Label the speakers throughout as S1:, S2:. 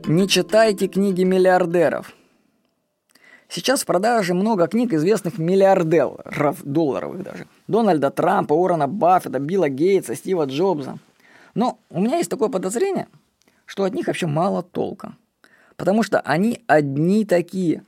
S1: Не читайте книги миллиардеров. Сейчас в продаже много книг известных миллиардеров, долларовых даже. Дональда Трампа, Уоррена Баффета, Билла Гейтса, Стива Джобса. Но у меня есть такое подозрение, что от них вообще мало толка. Потому что они одни такие.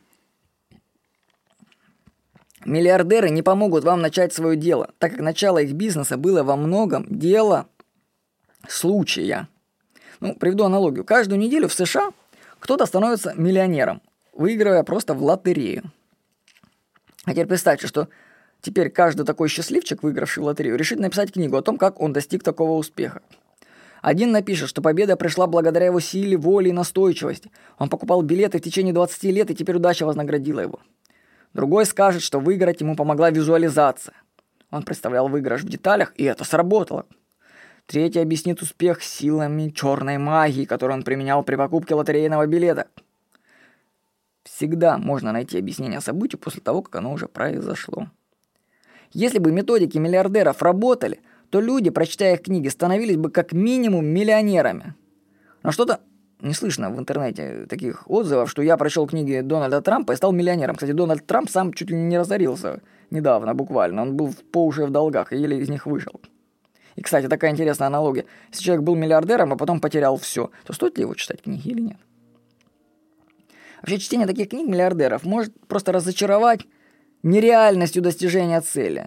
S1: Миллиардеры не помогут вам начать свое дело, так как начало их бизнеса было во многом дело случая. Приведу аналогию. Каждую неделю в США кто-то становится миллионером, выигрывая просто в лотерею. А теперь представьте, что теперь каждый такой счастливчик, выигравший в лотерею, решит написать книгу о том, как он достиг такого успеха. Один напишет, что победа пришла благодаря его силе, воле и настойчивости. Он покупал билеты в течение 20 лет, и теперь удача вознаградила его. Другой скажет, что выиграть ему помогла визуализация. Он представлял выигрыш в деталях, и это сработало. Третий объяснит успех силами черной магии, которую он применял при покупке лотерейного билета. Всегда можно найти объяснение событию после того, как оно уже произошло. Если бы методики миллиардеров работали, то люди, прочитая их книги, становились бы как минимум миллионерами. Но что-то не слышно в интернете таких отзывов, что я прочел книги Дональда Трампа и стал миллионером. Кстати, Дональд Трамп сам чуть ли не разорился недавно, буквально. Он был по уши в долгах и еле из них вышел. И, кстати, такая интересная аналогия. Если человек был миллиардером, а потом потерял все, то стоит ли его читать книги или нет? Вообще, чтение таких книг миллиардеров может просто разочаровать нереальностью достижения цели.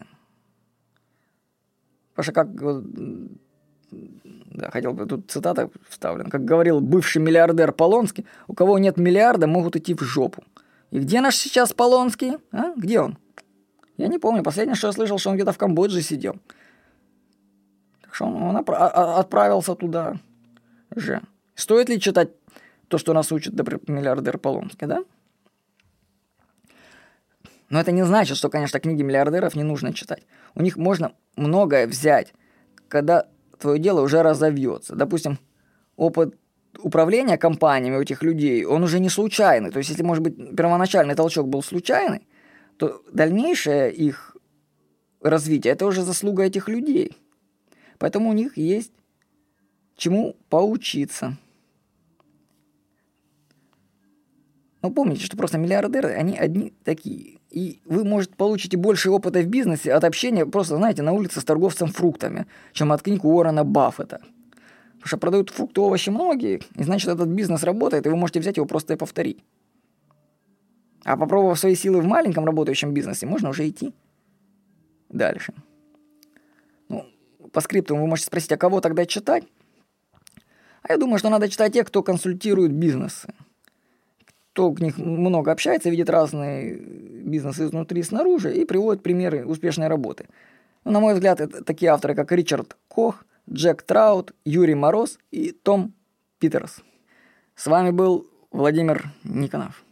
S1: Потому что, хотел бы, тут цитата вставлена, как говорил бывший миллиардер Полонский, у кого нет миллиарда, могут идти в жопу. И где наш сейчас Полонский? А? Где он? Я не помню. Последнее, что я слышал, что он где-то в Камбодже сидел. Так что он отправился туда же. Стоит ли читать то, что нас учит, например, миллиардер Полонский, да? Но это не значит, что, конечно, книги миллиардеров не нужно читать. У них можно многое взять, когда твое дело уже разовьется. Допустим, опыт управления компаниями у этих людей, он уже не случайный. То есть, если, может быть, первоначальный толчок был случайный, то дальнейшее их развитие – это уже заслуга этих людей. Поэтому у них есть чему поучиться. Но помните, что просто миллиардеры, они одни такие. И вы, может, получите больше опыта в бизнесе от общения просто, знаете, на улице с торговцем фруктами, чем от книг Уоррена Баффета. Потому что продают фрукты, овощи многие, и значит, этот бизнес работает, и вы можете взять его просто и повторить. А попробовав свои силы в маленьком работающем бизнесе, можно уже идти дальше. По скрипту вы можете спросить, а кого тогда читать? А я думаю, что надо читать тех, кто консультирует бизнесы. Кто к них много общается, видит разные бизнесы изнутри и снаружи и приводит примеры успешной работы. На мой взгляд, это такие авторы, как Ричард Кох, Джек Траут, Юрий Мороз и Том Питерс. С вами был Владимир Никонов.